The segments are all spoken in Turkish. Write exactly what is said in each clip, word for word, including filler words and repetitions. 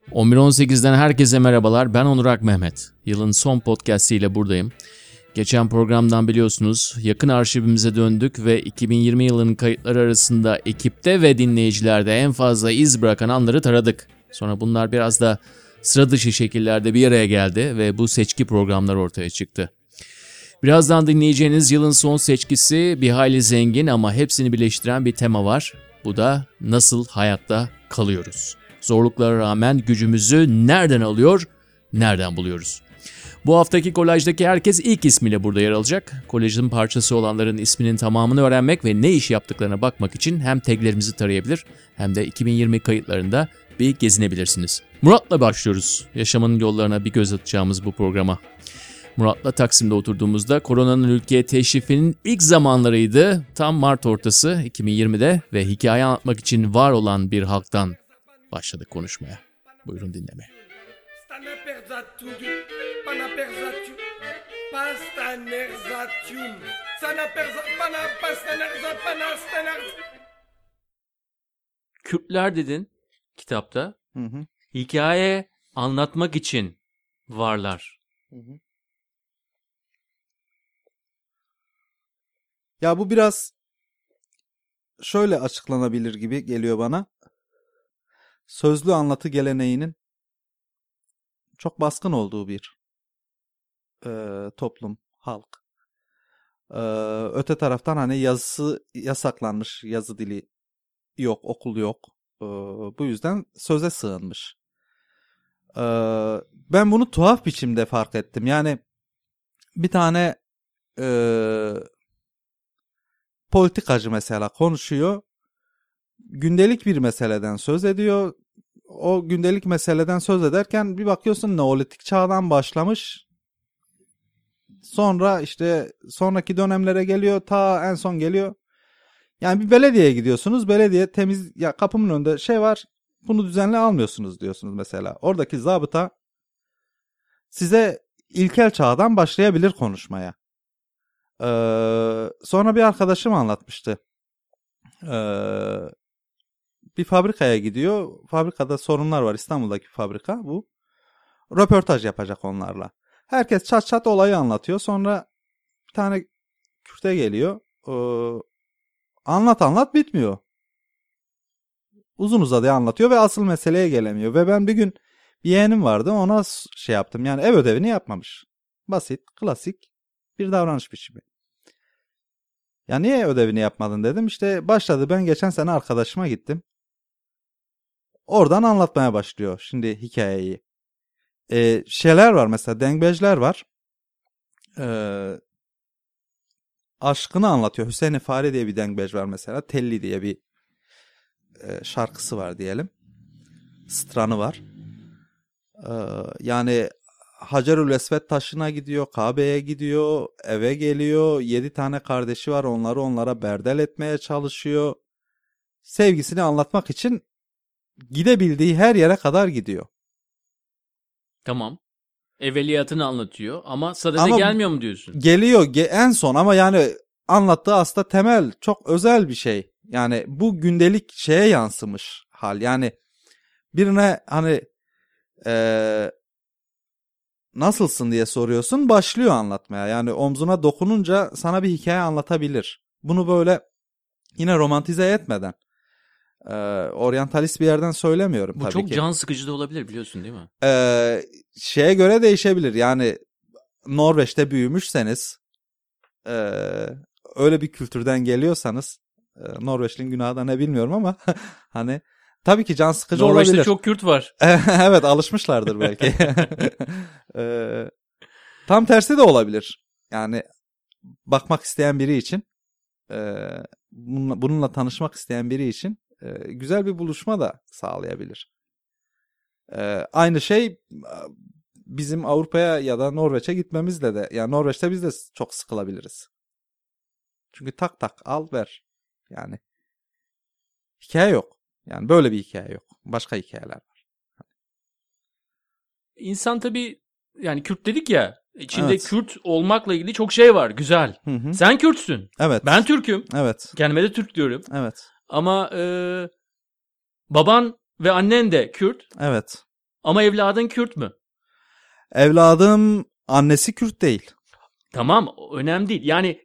on bir on sekizden herkese merhabalar. Ben Onur Ak Mehmet. Yılın son podcast ile buradayım. Geçen programdan biliyorsunuz yakın arşivimize döndük ve iki bin yirmi yılının kayıtları arasında ekipte ve dinleyicilerde en fazla iz bırakan anları taradık. Sonra bunlar biraz da sıra dışı şekillerde bir araya geldi ve bu seçki programları ortaya çıktı. Birazdan dinleyeceğiniz yılın son seçkisi bir hayli zengin ama hepsini birleştiren bir tema var. Bu da nasıl hayatta kalıyoruz? Zorluklara rağmen gücümüzü nereden alıyor, nereden buluyoruz? Bu haftaki kolajdaki herkes ilk ismiyle burada yer alacak. Kolajın parçası olanların isminin tamamını öğrenmek ve ne iş yaptıklarına bakmak için hem taglerimizi tarayabilir hem de iki bin yirmi kayıtlarında bir gezinebilirsiniz. Murat'la başlıyoruz. Yaşamın yollarına bir göz atacağımız bu programa. Murat'la Taksim'de oturduğumuzda koronanın ülkeye teşrifinin ilk zamanlarıydı. Tam Mart ortası iki bin yirmide ve hikaye anlatmak için var olan bir halktan başladık konuşmaya. Buyurun dinlemeye. Kürtler dedin kitapta. Hı hı. Hikaye anlatmak için varlar. Hı hı. Ya bu biraz şöyle açıklanabilir gibi geliyor bana. Sözlü anlatı geleneğinin çok baskın olduğu bir e, toplum, halk. E, öte taraftan hani yazısı yasaklanmış, yazı dili yok, okul yok. E, bu yüzden söze sığınmış. E, ben bunu tuhaf biçimde fark ettim. Yani bir tane e, politikacı mesela konuşuyor. Gündelik bir meseleden söz ediyor. O gündelik meseleden söz ederken bir bakıyorsun Neolitik çağdan başlamış. Sonra işte sonraki dönemlere geliyor. Ta en son geliyor. Yani bir belediyeye gidiyorsunuz. Belediye temiz, ya kapımın önünde şey var. Bunu düzenli almıyorsunuz diyorsunuz mesela. Oradaki zabıta size ilkel çağdan başlayabilir konuşmaya. Ee, sonra bir arkadaşım anlatmıştı. Ee, bir fabrikaya gidiyor. Fabrikada sorunlar var. İstanbul'daki fabrika bu. Röportaj yapacak onlarla. Herkes çat çat olayı anlatıyor. Sonra bir tane Kürt'e geliyor. Ee, anlat anlat bitmiyor. Uzun uzadıya anlatıyor ve asıl meseleye gelemiyor. Ve ben bir gün bir yeğenim vardı. Ona şey yaptım. Yani ev ödevini yapmamış. Basit, klasik bir davranış biçimi. Ya niye ödevini yapmadın dedim. İşte başladı. Ben geçen sene arkadaşıma gittim. Oradan anlatmaya başlıyor şimdi hikayeyi. Ee, şeyler var mesela, dengbejler var. Ee, aşkını anlatıyor. Hüseyin Fare diye bir dengbej var mesela. Telli diye bir e, şarkısı var diyelim. Stranı var. Ee, yani Hacerül Esved taşına gidiyor, Kabe'ye gidiyor, eve geliyor. Yedi tane kardeşi var, onları onlara berdel etmeye çalışıyor. Sevgisini anlatmak için gidebildiği her yere kadar gidiyor. Tamam. Evveliyatını anlatıyor ama sadede ama gelmiyor mu diyorsun? Geliyor ge- en son ama yani anlattığı aslında temel, çok özel bir şey. Yani bu gündelik şeye yansımış hal. Yani birine hani ee, nasılsın diye soruyorsun, başlıyor anlatmaya. Yani omzuna dokununca sana bir hikaye anlatabilir. Bunu böyle yine romantize etmeden, e, oryantalist bir yerden söylemiyorum bu tabii ki. Bu çok can sıkıcı da olabilir, biliyorsun değil mi? Ee, şeye göre değişebilir. Yani Norveç'te büyümüşseniz, e, öyle bir kültürden geliyorsanız, e, Norveçli'nin günahı da ne bilmiyorum ama hani tabii ki can sıkıcı Norveç'te olabilir. Norveç'te çok Kürt var. Evet, alışmışlardır belki. ee, tam tersi de olabilir. Yani bakmak isteyen biri için, e, bununla, bununla tanışmak isteyen biri için e, güzel bir buluşma da sağlayabilir. E, aynı şey bizim Avrupa'ya ya da Norveç'e gitmemizle de, yani Norveç'te biz de çok sıkılabiliriz. Çünkü tak tak al ver. Yani hikaye yok. Yani böyle bir hikaye yok. Başka hikayeler var. İnsan tabii, yani Kürt dedik ya, içinde Evet. Kürt olmakla ilgili çok şey var. Güzel. Hı hı. Sen Kürtsün. Evet. Ben Türk'üm. Evet. Kendime de Türk diyorum. Evet. Ama e, baban ve annen de Kürt. Evet. Ama evladın Kürt mü? Evladım annesi Kürt değil. Tamam, önemli değil. Yani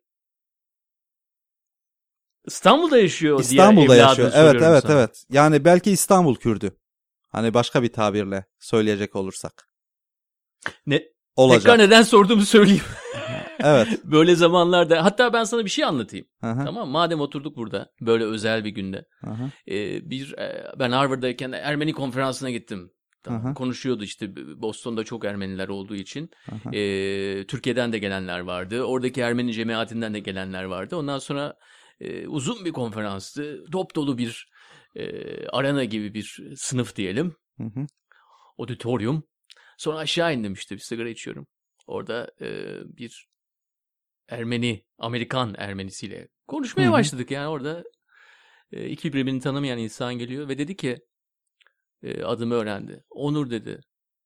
İstanbul'da yaşıyor İstanbul'da diye yaşıyor. evladını Evet soruyorum evet sana. evet. Yani belki İstanbul Kürdü. Hani başka bir tabirle söyleyecek olursak. Ne? Olacak. Tekrar neden sorduğumu söyleyeyim. Evet. Böyle zamanlarda hatta ben sana bir şey anlatayım. Hı hı. Tamam, madem oturduk burada böyle özel bir günde. Hı hı. Ee, bir e, ben Harvard'dayken Ermeni konferansına gittim. Tamam, Hı hı. konuşuyordu işte, Boston'da çok Ermeniler olduğu için. Hı hı. Ee, Türkiye'den de gelenler vardı. Oradaki Ermeni cemaatinden de gelenler vardı. Ondan sonra e, uzun bir konferanstı. Dop dolu bir e, arena gibi bir sınıf diyelim. Hı hı. Auditorium. Sonra aşağı indim, işte bir sigara içiyorum. Orada e, bir Ermeni, Amerikan Ermenisiyle konuşmaya Hı hı. başladık. Yani orada e, iki birbirini tanımayan insan geliyor ve dedi ki, e, adımı öğrendi. Onur dedi.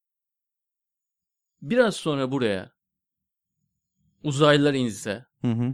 Biraz sonra buraya uzaylılar inse, Hı hı.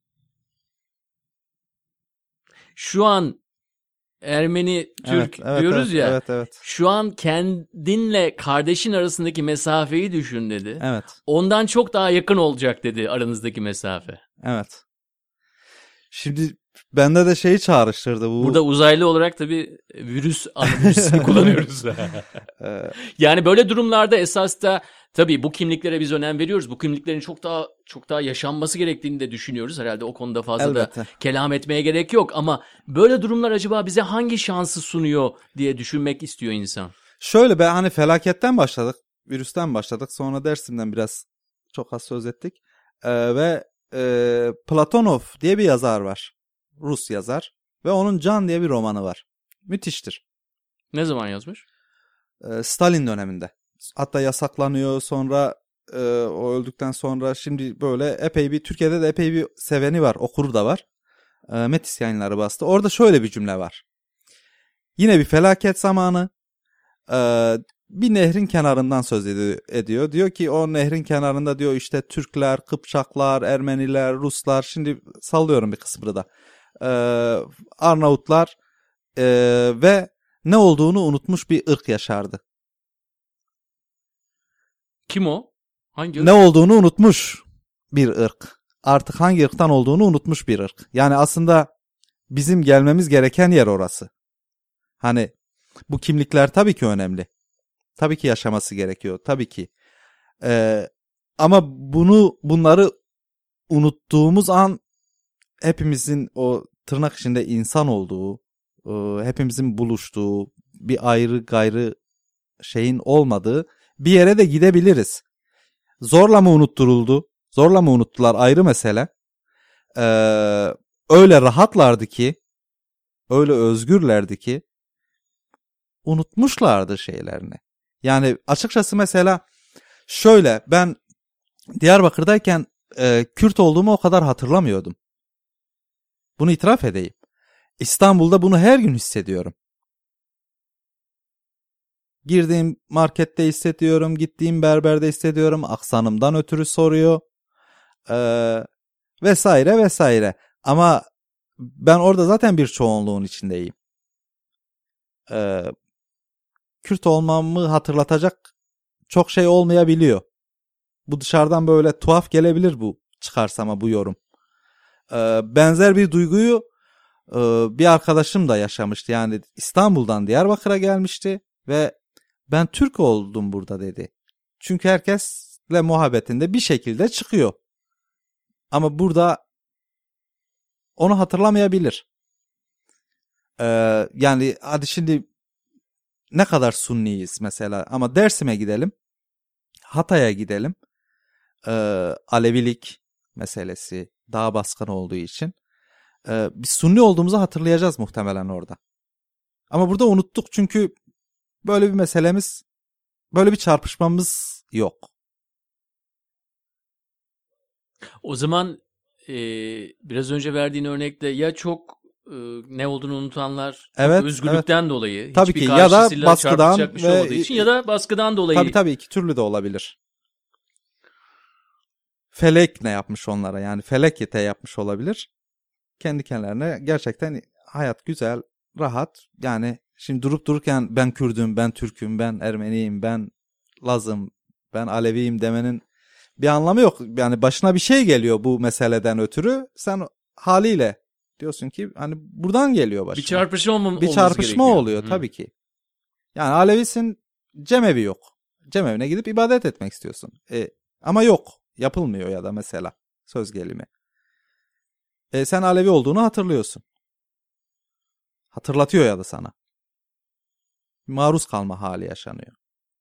şu an Ermeni, Evet, Türk evet, diyoruz evet, ya, evet, evet. şu an kendinle kardeşin arasındaki mesafeyi düşün dedi. Evet, Ondan çok daha yakın olacak dedi aranızdaki mesafe. evet. Şimdi bende de şeyi çağrıştırdı bu. Burada uzaylı olarak tabii virüs virüsünü kullanıyoruz. Ee, Yani böyle durumlarda esas da tabii bu kimliklere biz önem veriyoruz. Bu kimliklerin çok daha çok daha yaşanması gerektiğini de düşünüyoruz. Herhalde o konuda fazla elbette. da kelam etmeye gerek yok. Ama böyle durumlar acaba bize hangi şansı sunuyor diye düşünmek istiyor insan. Şöyle be, hani felaketten başladık. Virüsten başladık. Sonra Dersim'den biraz çok az söz ettik. Ee, ve e, Platonov diye bir yazar var. Rus yazar. Ve onun Can diye bir romanı var. Müthiştir. Ne zaman yazmış? Ee, Stalin döneminde. Hatta yasaklanıyor, sonra e, o öldükten sonra şimdi böyle epey bir, Türkiye'de de epey bir seveni var, okuru da var. E, Metis Yayınları bastı. Orada şöyle bir cümle var. Yine bir felaket zamanı. E, bir nehrin kenarından söz ediyor. Diyor ki o nehrin kenarında diyor işte Türkler, Kıpçaklar, Ermeniler, Ruslar, şimdi sallıyorum bir kısmını da. E, Arnavutlar e, ve ne olduğunu unutmuş bir ırk yaşardı. Kim o? Hangi Ne ırk? olduğunu unutmuş bir ırk. Artık hangi ırktan olduğunu unutmuş bir ırk. Yani aslında bizim gelmemiz gereken yer orası. Hani bu kimlikler tabii ki önemli. Tabii ki yaşaması gerekiyor. Tabii ki. Ee, ama bunu bunları unuttuğumuz an hepimizin o tırnak içinde insan olduğu, e, hepimizin buluştuğu, bir ayrı gayrı şeyin olmadığı bir yere de gidebiliriz. Zorla mı unutturuldu? Zorla mı unuttular? Ayrı mesele. Ee, öyle rahatlardı ki, öyle özgürlerdi ki unutmuşlardı şeylerini. Yani açıkçası mesela şöyle, ben Diyarbakır'dayken e, Kürt olduğumu o kadar hatırlamıyordum. Bunu itiraf edeyim. İstanbul'da bunu her gün hissediyorum. Girdiğim markette hissediyorum, gittiğim berberde hissediyorum, aksanımdan ötürü soruyor. Ee, vesaire vesaire. Ama ben orada zaten bir çoğunluğun içindeyim. Ee, Kürt olmamı hatırlatacak çok şey olmayabiliyor. Bu dışarıdan böyle tuhaf gelebilir bu çıkarsama bu yorum. Ee, benzer bir duyguyu e, bir arkadaşım da yaşamıştı. Yani İstanbul'dan Diyarbakır'a gelmişti ve ben Türk oldum burada dedi. Çünkü herkesle muhabbetinde bir şekilde çıkıyor. Ama burada onu hatırlamayabilir. Ee, yani hadi şimdi ne kadar Sunniyiz mesela, ama Dersim'e gidelim, Hatay'a gidelim. Ee, Alevilik meselesi daha baskın olduğu için ee, biz Sunni olduğumuzu hatırlayacağız muhtemelen orada. Ama burada unuttuk çünkü böyle bir meselemiz, böyle bir çarpışmamız yok. O zaman e, biraz önce verdiğin örnekte ya çok e, ne olduğunu unutanlar Evet, çok özgürlükten dolayı, Tabii hiçbir ki, ya da karşısıyla baskıdan çarpışacak bir şey ve olmadığı için, ya da baskıdan dolayı. tabii tabii iki türlü de olabilir. Felek ne yapmış onlara, yani felek yete yapmış olabilir. Kendi kendilerine gerçekten hayat güzel, rahat, yani Şimdi durup dururken ben Kürdüm, ben Türk'üm, ben Ermeniyim, ben Lazım, ben Aleviyim demenin bir anlamı yok. Yani başına bir şey geliyor bu meseleden ötürü. Sen haliyle diyorsun ki hani buradan geliyor başına. Bir çarpışma mı Bir çarpışma gerekiyor. oluyor Hı. tabii ki. Yani Alevisin, cemevi yok. Cemevine gidip ibadet etmek istiyorsun. E, ama yok. Yapılmıyor ya da mesela söz gelimi. E, sen Alevi olduğunu hatırlıyorsun. Hatırlatıyor ya da sana. Maruz kalma hali yaşanıyor.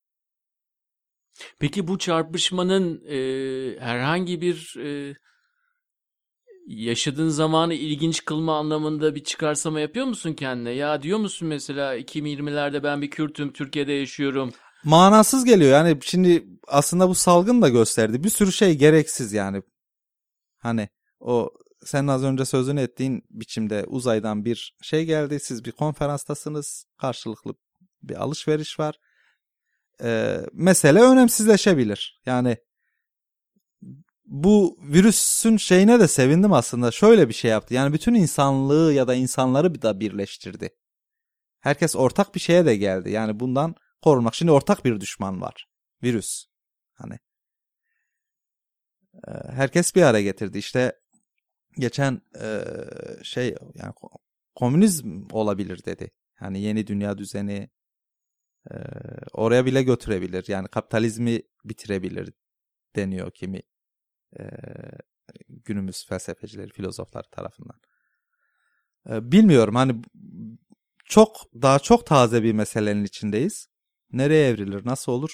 Peki bu çarpışmanın e, herhangi bir e, yaşadığın zamanı ilginç kılma anlamında bir çıkarsama yapıyor musun kendine? Ya diyor musun mesela iki bin yirmilerde ben bir Kürt'üm, Türkiye'de yaşıyorum. Manasız geliyor. Yani şimdi aslında bu salgın da gösterdi. Bir sürü şey gereksiz yani. Hani o senin az önce sözünü ettiğin biçimde uzaydan bir şey geldi. Siz bir konferanstasınız. Karşılıklı bir alışveriş var. Ee, mesele önemsizleşebilir. Yani bu virüsün şeyine de sevindim aslında. Şöyle bir şey yaptı. Yani bütün insanlığı ya da insanları da birleştirdi. Herkes ortak bir şeye de geldi. Yani bundan korunmak. Şimdi ortak bir düşman var. Virüs. Hani e, herkes bir araya getirdi. İşte geçen e, şey yani komünizm olabilir dedi. Hani yeni dünya düzeni e, oraya bile götürebilir. Yani kapitalizmi bitirebilir deniyor kimi e, günümüz felsefecileri, filozoflar tarafından. E, bilmiyorum hani çok daha çok taze bir meselenin içindeyiz. Nereye evrilir, nasıl olur?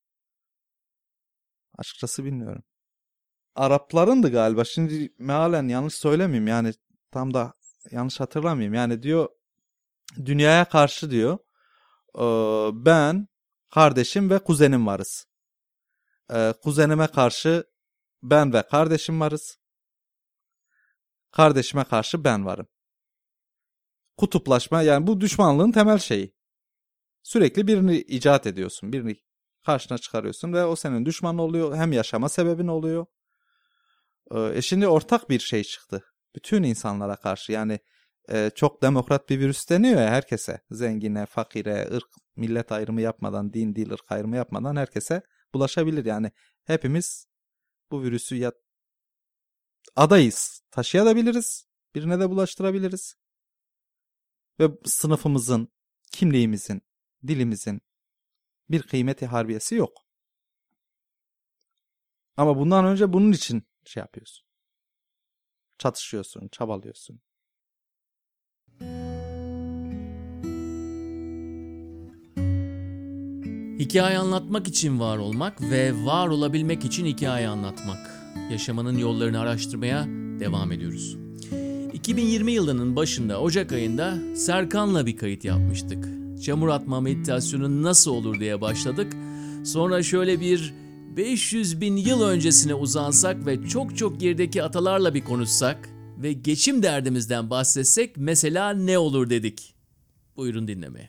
Açıkçası bilmiyorum. Araplarındı galiba. Şimdi mealen yanlış söylemeyeyim. Yani tam da yanlış hatırlamayayım. Yani diyor dünyaya karşı diyor ben, kardeşim ve kuzenim varız. Kuzenime karşı ben ve kardeşim varız. Kardeşime karşı ben varım. Kutuplaşma yani bu düşmanlığın temel şeyi. Sürekli birini icat ediyorsun. Birini karşına çıkarıyorsun ve o senin düşmanın oluyor. Hem yaşama sebebin oluyor. E şimdi ortak bir şey çıktı. Bütün insanlara karşı yani e, çok demokrat bir virüs deniyor ya herkese. Zengine, fakire, ırk, millet ayrımı yapmadan, din, dil, ırk ayrımı yapmadan herkese bulaşabilir. Yani hepimiz bu virüsü ya adayız. Taşıyabiliriz. Birine de bulaştırabiliriz. Ve sınıfımızın, kimliğimizin, dilimizin bir kıymeti harbiyesi yok. Ama bundan önce bunun için şey yapıyorsun. Çatışıyorsun, çabalıyorsun. Hikaye anlatmak için var olmak ve var olabilmek için hikaye anlatmak. Yaşamanın yollarını araştırmaya devam ediyoruz. iki bin yirmi yılının başında Ocak ayında Serkan'la bir kayıt yapmıştık. Çamur atma meditasyonu nasıl olur diye başladık. Sonra şöyle bir beş yüz bin yıl öncesine uzansak ve çok çok gerideki atalarla bir konuşsak ve geçim derdimizden bahsetsek mesela ne olur dedik. Buyurun dinlemeye.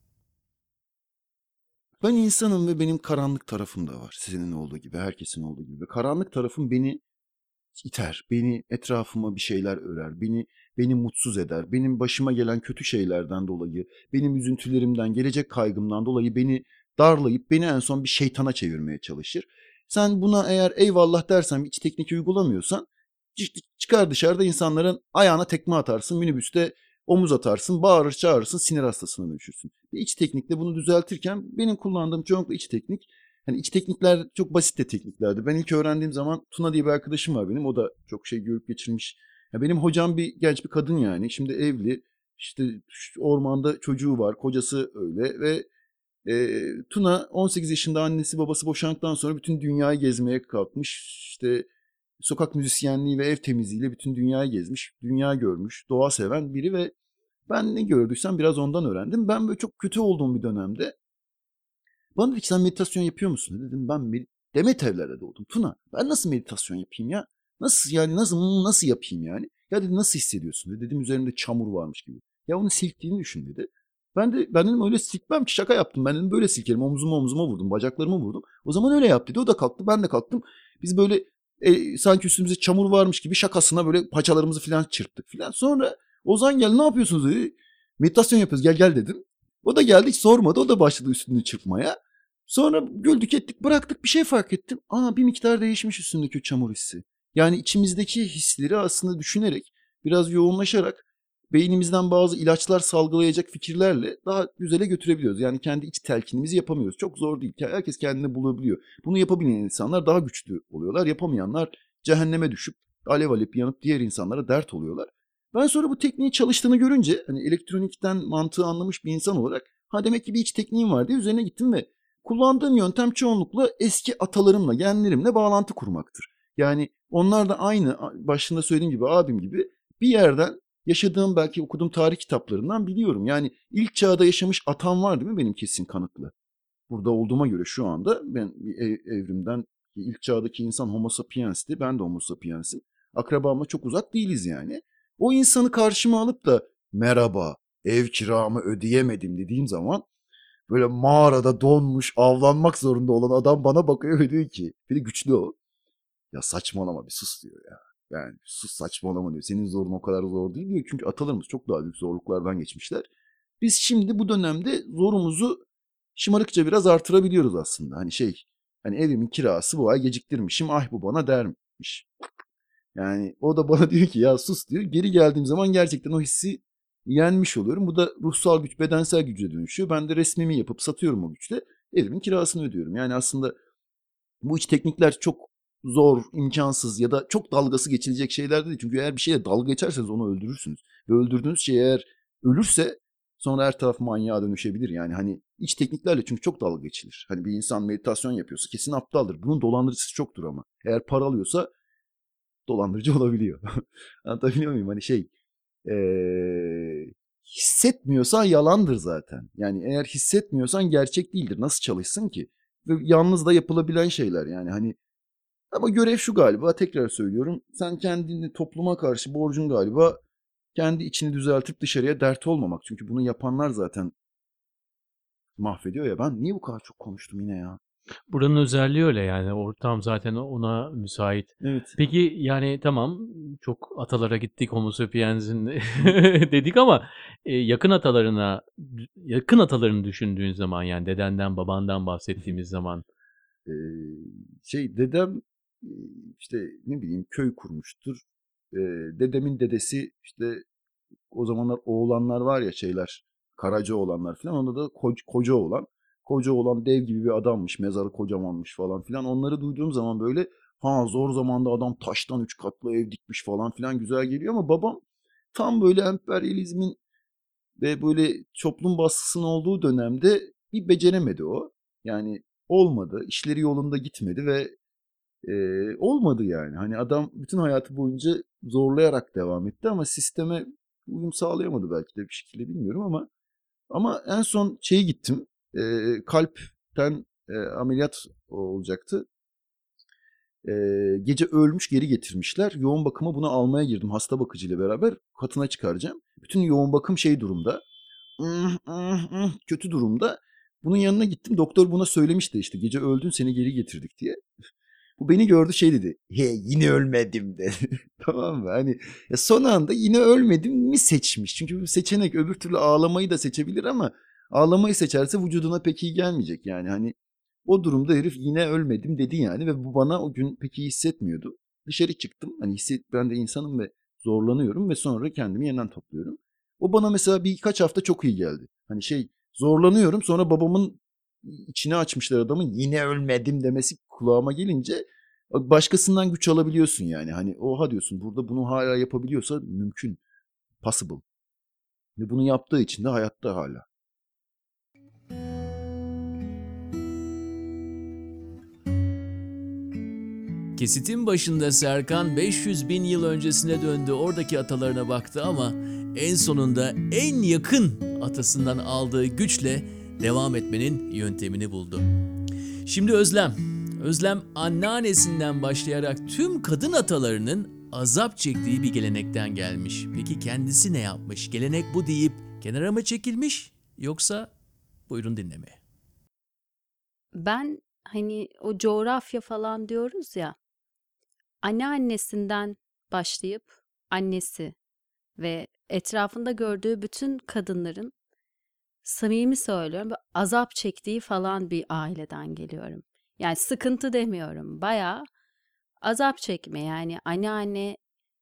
Ben insanım ve benim karanlık tarafım da var. Sizin olduğu gibi, herkesin olduğu gibi. Ve karanlık tarafım beni iter, beni etrafıma bir şeyler örer, beni beni mutsuz eder. Benim başıma gelen kötü şeylerden dolayı, benim üzüntülerimden, gelecek kaygımdan dolayı beni darlayıp beni en son bir şeytana çevirmeye çalışır. Sen buna eğer eyvallah dersen, iç teknik uygulamıyorsan çıkar dışarıda insanların ayağına tekme atarsın, minibüste omuz atarsın, bağırır çağırırsın, sinir hastasına dönüşürsün. Ve iç teknikle bunu düzeltirken benim kullandığım çoğunlukla iç teknik. Hani iç teknikler çok basit de tekniklerdi. Ben ilk öğrendiğim zaman Tuna diye bir arkadaşım var benim. O da çok şey görüp geçirmiş. Ya benim hocam bir genç bir kadın yani. Şimdi evli. İşte ormanda çocuğu var. Kocası öyle ve e, Tuna on sekiz yaşında annesi babası boşandıktan sonra bütün dünyayı gezmeye kalkmış. İşte sokak müzisyenliği ve ev temizliğiyle bütün dünyayı gezmiş. Dünya görmüş. Doğa seven biri ve ben ne gördüysem biraz ondan öğrendim. Ben böyle çok kötü olduğum bir dönemde bana dedi ki sen meditasyon yapıyor musun? Dedim ben med- Demet evlerde doğdum. Tuna ben nasıl meditasyon yapayım ya? Nasıl yani nasıl nasıl yapayım yani? Ya dedi nasıl hissediyorsun dedi. Dedim üzerimde çamur varmış gibi. Ya onu silktiğini düşün dedi. Ben de ben dedim öyle silkmem ki şaka yaptım. Ben dedim böyle silkerim. Omzuma omzuma vurdum. Bacaklarıma vurdum. O zaman öyle yap dedi. O da kalktı. Ben de kalktım. Biz böyle e, sanki üstümüzde çamur varmış gibi şakasına böyle paçalarımızı falan çırptık falan. Sonra Ozan gel ne yapıyorsunuz dedi. Meditasyon yapıyoruz gel gel dedim. O da geldi hiç sormadı. O da başladı üstünü çırpmaya. Sonra güldük ettik bıraktık bir şey fark ettim. Aa bir miktar değişmiş üstündeki o çamur hissi. Yani içimizdeki hisleri aslında düşünerek biraz yoğunlaşarak beynimizden bazı ilaçlar salgılayacak fikirlerle daha güzele götürebiliyoruz. Yani kendi iç telkinimizi yapamıyoruz. Çok zor değil. Herkes kendini bulabiliyor. Bunu yapabilen insanlar daha güçlü oluyorlar. Yapamayanlar cehenneme düşüp alev alev yanıp diğer insanlara dert oluyorlar. Ben sonra bu tekniği çalıştığını görünce hani elektronikten mantığı anlamış bir insan olarak ha demek ki bir iç tekniğim var diye üzerine gittim ve kullandığım yöntem çoğunlukla eski atalarımla, genlerimle bağlantı kurmaktır. Yani onlar da aynı başında söylediğim gibi abim gibi bir yerden yaşadığım belki okuduğum tarih kitaplarından biliyorum. Yani ilk çağda yaşamış atam var değil mi benim kesin kanıtlı. Burada olduğuma göre şu anda ben bir ev- evrimden ilk çağdaki insan Homo sapiens'ti. Ben de Homo sapiens'im. Akrabamla çok uzak değiliz yani. O insanı karşıma alıp da merhaba ev kiramı ödeyemedim dediğim zaman böyle mağarada donmuş avlanmak zorunda olan adam bana bakıyor ve diyor ki bir de güçlü o. Ya saçmalama bir sus diyor ya. Yani sus saçmalama diyor. Senin zorun o kadar zor değil diyor. Çünkü atalarımız çok daha büyük zorluklardan geçmişler. Biz şimdi bu dönemde zorumuzu şımarıkça biraz artırabiliyoruz aslında. Hani şey hani evimin kirası bu ay geciktirmişim. Ay bu bana dermiş. Yani o da bana diyor ki ya sus diyor. Geri geldiğim zaman gerçekten o hissi yenmiş oluyorum. Bu da ruhsal güç, bedensel güce dönüşüyor. Ben de resmimi yapıp satıyorum o güçle. Evimin kirasını ödüyorum. Yani aslında bu iç teknikler çok zor, imkansız ya da çok dalgası geçilecek şeyler değil. Çünkü eğer bir şeye dalga geçerseniz onu öldürürsünüz. Ve öldürdüğünüz şey eğer ölürse sonra her taraf manyağa dönüşebilir. Yani hani iç tekniklerle çünkü çok dalga geçilir. Hani bir insan meditasyon yapıyorsa kesin aptaldır. Bunun dolandırıcısı çoktur ama. Eğer para alıyorsa dolandırıcı olabiliyor. Anlatabiliyor muyum? Hani şey ee, hissetmiyorsan yalandır zaten. Yani eğer hissetmiyorsan gerçek değildir. Nasıl çalışsın ki? Ve yalnız da yapılabilen şeyler yani hani ama görev şu galiba tekrar söylüyorum. Sen kendini topluma karşı borcun galiba kendi içini düzeltip dışarıya dert olmamak. Çünkü bunu yapanlar zaten mahvediyor ya. Ben niye bu kadar çok konuştum yine ya? Buranın özelliği öyle yani. Ortam zaten ona müsait. Evet. Peki yani tamam çok atalara gittik Homo sapiens'in Hı. dedik ama e, yakın atalarına yakın atalarını düşündüğün zaman yani dedenden babandan bahsettiğimiz zaman Ee, şey dedem e, işte ne bileyim köy kurmuştur. Ee, dedemin dedesi işte o zamanlar oğlanlar var ya şeyler Karaca oğlanlar falan onda da ko- koca oğlan. Koca oğlan dev gibi bir adammış. Mezarı kocamanmış falan filan. Onları duyduğum zaman böyle ha zor zamanda adam taştan üç katlı ev dikmiş falan filan güzel geliyor ama babam tam böyle emperyalizmin ve böyle toplum baskısının olduğu dönemde bir beceremedi o. Yani olmadı, işleri yolunda gitmedi ve e, olmadı yani. Hani adam bütün hayatı boyunca zorlayarak devam etti ama sisteme uyum sağlayamadı belki de bir şekilde bilmiyorum ama ama en son şeye gittim. E, kalpten e, ameliyat olacaktı. E, gece ölmüş geri getirmişler. Yoğun bakıma bunu almaya girdim hasta bakıcıyla beraber. Katına çıkaracağım. Bütün yoğun bakım şey durumda. "Ih, ih, ih," kötü durumda. Bunun yanına gittim. Doktor buna söylemişti işte gece öldün seni geri getirdik diye. Bu beni gördü şey dedi. He yine ölmedim dedi. Tamam mı? Hani ya son anda yine ölmedim mi seçmiş. Çünkü bu seçenek öbür türlü ağlamayı da seçebilir ama ağlamayı seçerse vücuduna pek iyi gelmeyecek. Yani hani o durumda herif yine ölmedim dedi yani ve bu bana o gün pek iyi hissetmiyordu. Dışarı çıktım. Hani hisset ben de insanım ve zorlanıyorum ve sonra kendimi yeniden topluyorum. O bana mesela birkaç hafta çok iyi geldi. Hani şey zorlanıyorum sonra babamın içine açmışlar adamın yine ölmedim demesi kulağıma gelince başkasından güç alabiliyorsun yani. Hani oha diyorsun burada bunu hala yapabiliyorsa mümkün. Possible. Ve bunu yaptığı için de hayatta hala. Kesitin başında Serkan beş yüz bin yıl öncesine döndü, oradaki atalarına baktı ama en sonunda en yakın atasından aldığı güçle devam etmenin yöntemini buldu. Şimdi Özlem. Özlem anneannesinden başlayarak tüm kadın atalarının azap çektiği bir gelenekten gelmiş. Peki kendisi ne yapmış? Gelenek bu deyip kenara mı çekilmiş yoksa buyurun dinlemeye. Ben hani o coğrafya falan diyoruz ya, anneannesinden başlayıp annesi ve etrafında gördüğü bütün kadınların samimi söylüyorum, böyle azap çektiği falan bir aileden geliyorum. Yani sıkıntı demiyorum, bayağı azap çekme. Yani anneanne,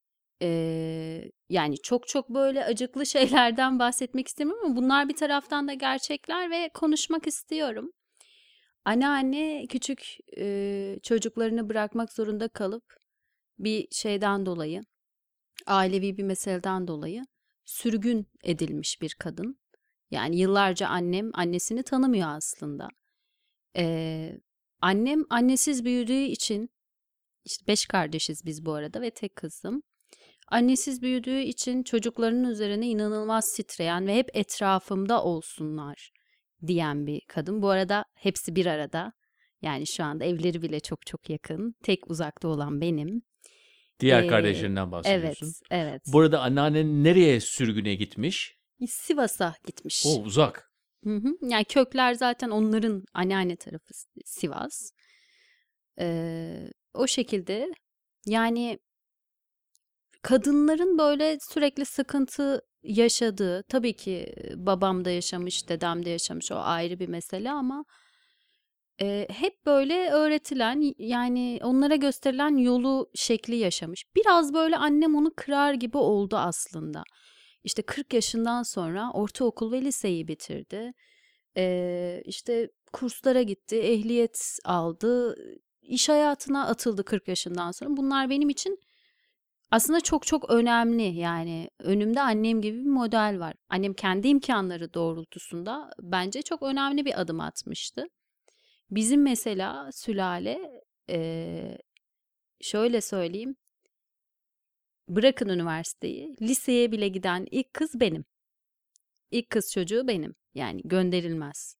eee, yani çok çok böyle acıklı şeylerden bahsetmek istemiyorum ama bunlar bir taraftan da gerçekler ve konuşmak istiyorum. Anneanne küçük eee, çocuklarını bırakmak zorunda kalıp bir şeyden dolayı, ailevi bir meseleden dolayı sürgün edilmiş bir kadın. Yani yıllarca annem annesini tanımıyor aslında. Eee, Annem annesiz büyüdüğü için, işte beş kardeşiz biz bu arada ve tek kızım. Annesiz büyüdüğü için çocuklarının üzerine inanılmaz titreyen ve hep etrafımda olsunlar diyen bir kadın. Bu arada hepsi bir arada. Yani şu anda evleri bile çok çok yakın. Tek uzakta olan benim. Diğer Ee, kardeşlerinden evet, bahsediyorsun. evet. Bu arada anneannen nereye sürgüne gitmiş? Sivas'a gitmiş. O uzak. Hı hı. Yani kökler zaten onların anneanne tarafı Sivas. Ee, o şekilde yani kadınların böyle sürekli sıkıntı yaşadığı, tabii ki babam da yaşamış, dedem de yaşamış, o ayrı bir mesele ama e, hep böyle öğretilen, yani onlara gösterilen yolu şekli yaşamış. Biraz böyle annem onu kırar gibi oldu aslında. İşte kırk yaşından sonra ortaokul ve liseyi bitirdi. Ee, işte kurslara gitti, ehliyet aldı, iş hayatına atıldı kırk yaşından sonra. Bunlar benim için aslında çok çok önemli. Yani önümde annem gibi bir model var. Annem kendi imkanları doğrultusunda bence çok önemli bir adım atmıştı. Bizim mesela sülale, eee, şöyle söyleyeyim, bırakın üniversiteyi, liseye bile giden ilk kız benim. İlk kız çocuğu benim. Yani gönderilmez.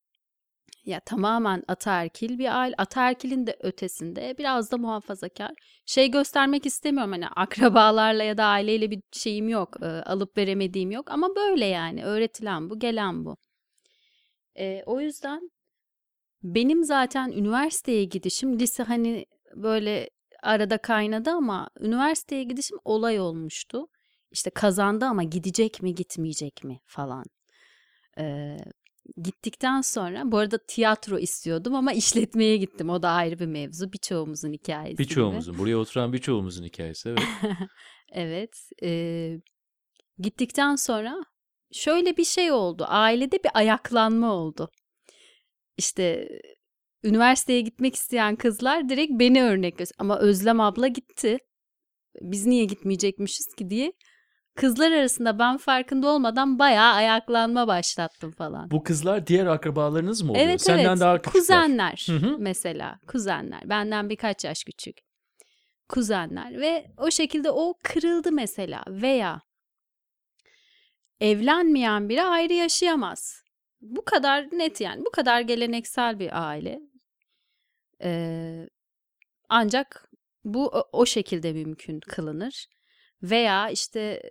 Ya tamamen ataerkil bir aile. Ataerkilin de ötesinde biraz da muhafazakar. Şey göstermek istemiyorum, hani akrabalarla ya da aileyle bir şeyim yok. e, alıp veremediğim yok. Ama böyle yani öğretilen bu, gelen bu. E, o yüzden benim zaten üniversiteye gidişim, lise hani böyle arada kaynadı ama üniversiteye gidişim olay olmuştu. İşte kazandı ama gidecek mi gitmeyecek mi falan. Ee, Gittikten sonra, bu arada tiyatro istiyordum ama işletmeye gittim. O da ayrı bir mevzu. Birçoğumuzun hikayesi gibi. Birçoğumuzun, buraya oturan birçoğumuzun hikayesi, evet. Evet. e, Gittikten sonra şöyle bir şey oldu. Ailede bir ayaklanma oldu. İşte üniversiteye gitmek isteyen kızlar direkt beni örnek gösteriyor. Ama Özlem abla gitti. Biz niye gitmeyecekmişiz ki diye. Kızlar arasında ben farkında olmadan bayağı ayaklanma başlattım falan. Bu kızlar diğer akrabalarınız mı oluyor? Evet, Senden evet. daha küçükler. Kuzenler Hı hı. mesela. Kuzenler. Benden birkaç yaş küçük. Kuzenler ve o şekilde o kırıldı mesela. Veya evlenmeyen biri ayrı yaşayamaz. Bu kadar net yani. Bu kadar geleneksel bir aile. Ee, Ancak bu o, o şekilde mümkün kılınır. Veya işte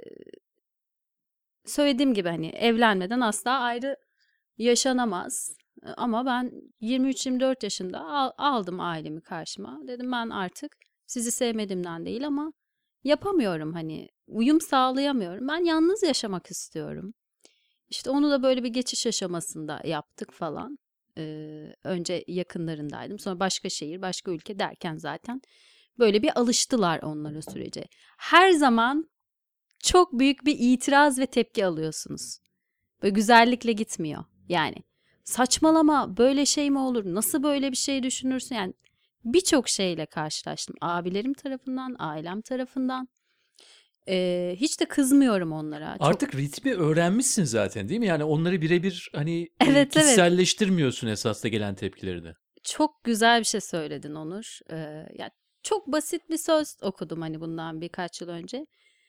söylediğim gibi hani evlenmeden asla ayrı yaşanamaz. Ama ben yirmi üç yirmi dört yaşında al- aldım ailemi karşıma. Dedim ben artık sizi sevmediğimden değil ama yapamıyorum, hani uyum sağlayamıyorum. Ben yalnız yaşamak istiyorum. İşte onu da böyle bir geçiş aşamasında yaptık falan. Ee, önce yakınlarındaydım. Sonra başka şehir, başka ülke derken zaten böyle bir alıştılar onlara sürece. Her zaman çok büyük bir itiraz ve tepki alıyorsunuz. Böyle güzellikle gitmiyor. Yani saçmalama, böyle şey mi olur? Nasıl böyle bir şey düşünürsün? Yani birçok şeyle karşılaştım. Abilerim tarafından, ailem tarafından. Ee, hiç de kızmıyorum onlara. Çok... Artık ritmi öğrenmişsin zaten, değil mi? Yani onları birebir hani e, Evet, evet. kişiselleştirmiyorsun esas da gelen tepkileri de. Çok güzel bir şey söyledin Onur. Ee, yani çok basit bir söz okudum hani bundan birkaç yıl önce.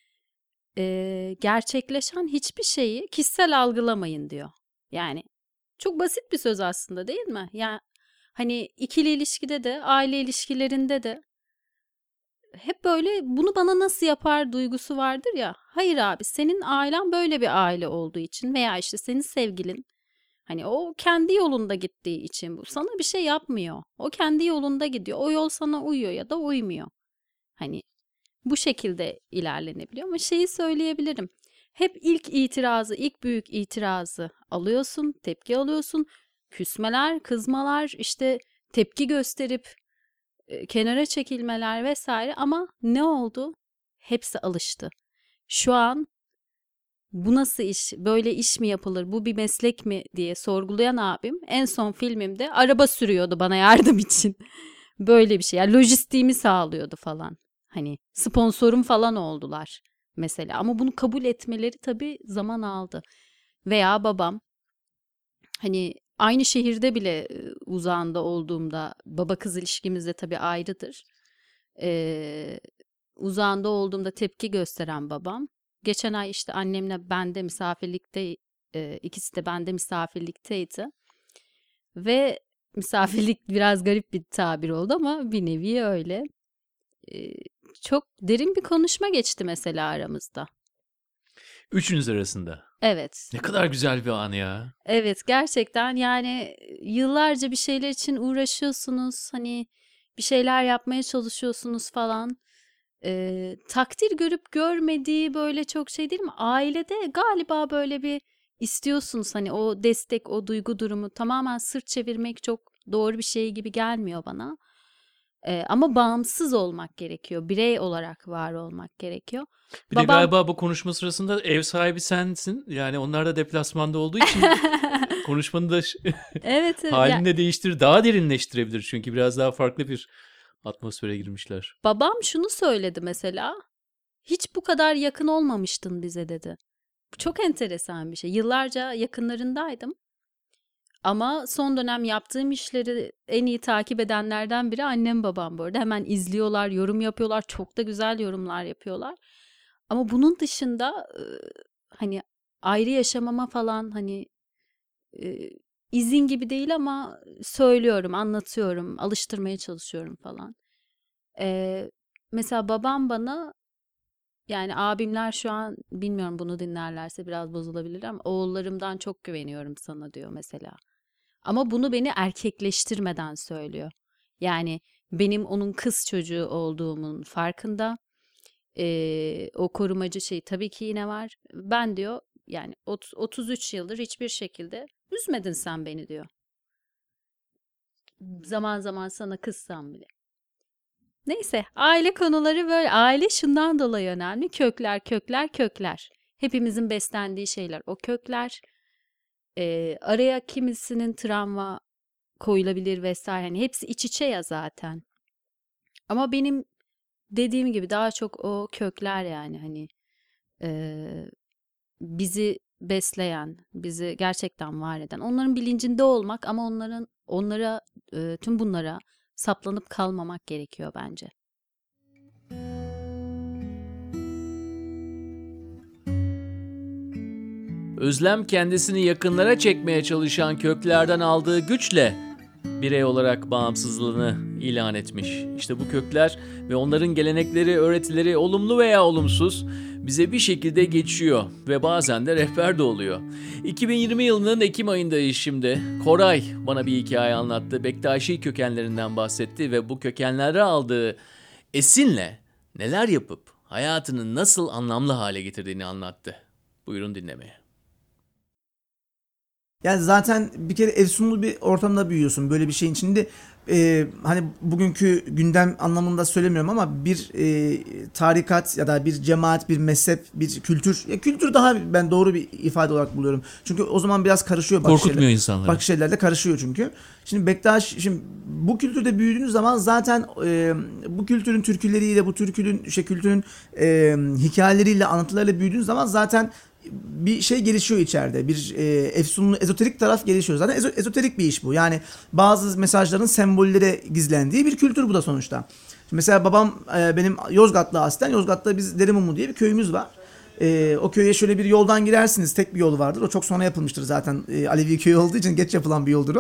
Ee, gerçekleşen hiçbir şeyi kişisel algılamayın diyor. Yani çok basit bir söz aslında, değil mi? Yani hani ikili ilişkide de, aile ilişkilerinde de hep böyle bunu bana nasıl yapar duygusu vardır ya. Hayır abi, senin ailen böyle bir aile olduğu için veya işte senin sevgilin, hani o kendi yolunda gittiği için bu sana bir şey yapmıyor. O kendi yolunda gidiyor. O yol sana uyuyor ya da uymuyor. Hani bu şekilde ilerlenebiliyor ama şeyi söyleyebilirim. Hep ilk itirazı, ilk büyük itirazı alıyorsun, tepki alıyorsun. Küsmeler, kızmalar, işte tepki gösterip e, kenara çekilmeler vesaire ama ne oldu? Hepsi alıştı. Şu an bu nasıl iş, böyle iş mi yapılır, bu bir meslek mi diye sorgulayan abim en son filmimde araba sürüyordu bana yardım için. Böyle bir şey. Yani lojistiğimi sağlıyordu falan. Hani sponsorum falan oldular mesela. Ama bunu kabul etmeleri tabii zaman aldı. Veya babam hani aynı şehirde bile e, uzağında olduğumda baba kız ilişkimiz de tabii ayrıdır. Ee, uzağında olduğumda tepki gösteren babam. Geçen ay işte annemle bende misafirlikte e, ikisi de bende misafirlikteydi. Ve misafirlik biraz garip bir tabir oldu ama bir nevi öyle. Ee, çok derin bir konuşma geçti mesela aramızda. Üçünüz arasında. Evet. Ne kadar güzel bir an ya. Evet gerçekten yani yıllarca bir şeyler için uğraşıyorsunuz. Hani bir şeyler yapmaya çalışıyorsunuz falan. Ee, takdir görüp görmediği böyle çok şey değil mi? Ailede galiba böyle bir istiyorsunuz hani o destek, o duygu durumu tamamen sırt çevirmek çok doğru bir şey gibi gelmiyor bana. Ee, ama bağımsız olmak gerekiyor. Birey olarak var olmak gerekiyor. Bir de Babam galiba bu konuşma sırasında ev sahibi sensin. Yani onlar da deplasmanda olduğu için konuşmanı da ş- evet, evet. Ya, halini de değiştirir, daha derinleştirebilir. Çünkü biraz daha farklı bir atmosfere girmişler. babam şunu söyledi mesela. Hiç bu kadar yakın olmamıştın bize dedi. Bu çok enteresan bir şey. Yıllarca yakınlarındaydım. Ama son dönem yaptığım işleri en iyi takip edenlerden biri annem babam bu arada. Hemen izliyorlar, yorum yapıyorlar. Çok da güzel yorumlar yapıyorlar. Ama bunun dışında e, hani ayrı yaşamama falan hani e, izin gibi değil ama söylüyorum, anlatıyorum, alıştırmaya çalışıyorum falan. E, mesela babam bana yani abimler şu an bilmiyorum bunu dinlerlerse biraz bozulabilir ama oğullarımdan çok güveniyorum sana diyor mesela. Ama bunu beni erkekleştirmeden söylüyor. Yani benim onun kız çocuğu olduğumun farkında. Ee, o korumacı şey tabii ki yine var. Ben diyor yani ot- otuz üç yıldır hiçbir şekilde üzmedin sen beni diyor. Zaman zaman sana kızsam bile. Neyse aile konuları böyle. Aile şundan dolayı önemli. Kökler, kökler, kökler. Hepimizin beslendiği şeyler o kökler. Ee, araya kimisinin travma koyulabilir vesaire. Hani hepsi iç içe ya zaten. Ama benim dediğim gibi daha çok o kökler yani hani eee, bizi besleyen, bizi gerçekten var eden, onların bilincinde olmak ama onların onlara eee, tüm bunlara saplanıp kalmamak gerekiyor bence. Özlem kendisini yakınlara çekmeye çalışan köklerden aldığı güçle birey olarak bağımsızlığını ilan etmiş. İşte bu kökler ve onların gelenekleri, öğretileri olumlu veya olumsuz bize bir şekilde geçiyor ve bazen de rehber de oluyor. iki bin yirmi yılının Ekim ayındayız şimdi. Koray bana bir hikaye anlattı. Bektaşi kökenlerinden bahsetti ve bu kökenlere aldığı esinle neler yapıp hayatını nasıl anlamlı hale getirdiğini anlattı. Buyurun dinlemeye. Yani zaten bir kere efsunlu bir ortamda büyüyorsun böyle bir şeyin içinde. Ee, hani bugünkü gündem anlamında söylemiyorum ama bir e, tarikat ya da bir cemaat, bir mezhep, bir kültür. Ya kültür daha ben doğru bir ifade olarak buluyorum. Çünkü o zaman biraz karışıyor bakış Korkutmuyor şeyler. insanları. Bakış şeyler de karışıyor çünkü. Şimdi Bektaş, şimdi bu kültürde büyüdüğünüz zaman zaten e, bu kültürün türküleriyle, bu türkülün şey kültürün e, hikayeleriyle, anlatılarıyla büyüdüğünüz zaman zaten bir şey gelişiyor içeride. Bir e, efsunlu, ezoterik taraf gelişiyor. Zaten ezo, ezoterik bir iş bu. Yani bazı mesajların sembollere gizlendiği bir kültür bu da sonuçta. Şimdi mesela babam e, benim Yozgatlı aslen. Yozgat'ta biz Derimumu diye bir köyümüz var. E, o köye şöyle bir yoldan girersiniz. Tek bir yol vardır. O çok sonra yapılmıştır zaten. E, Alevi köyü olduğu için geç yapılan bir yoldur o.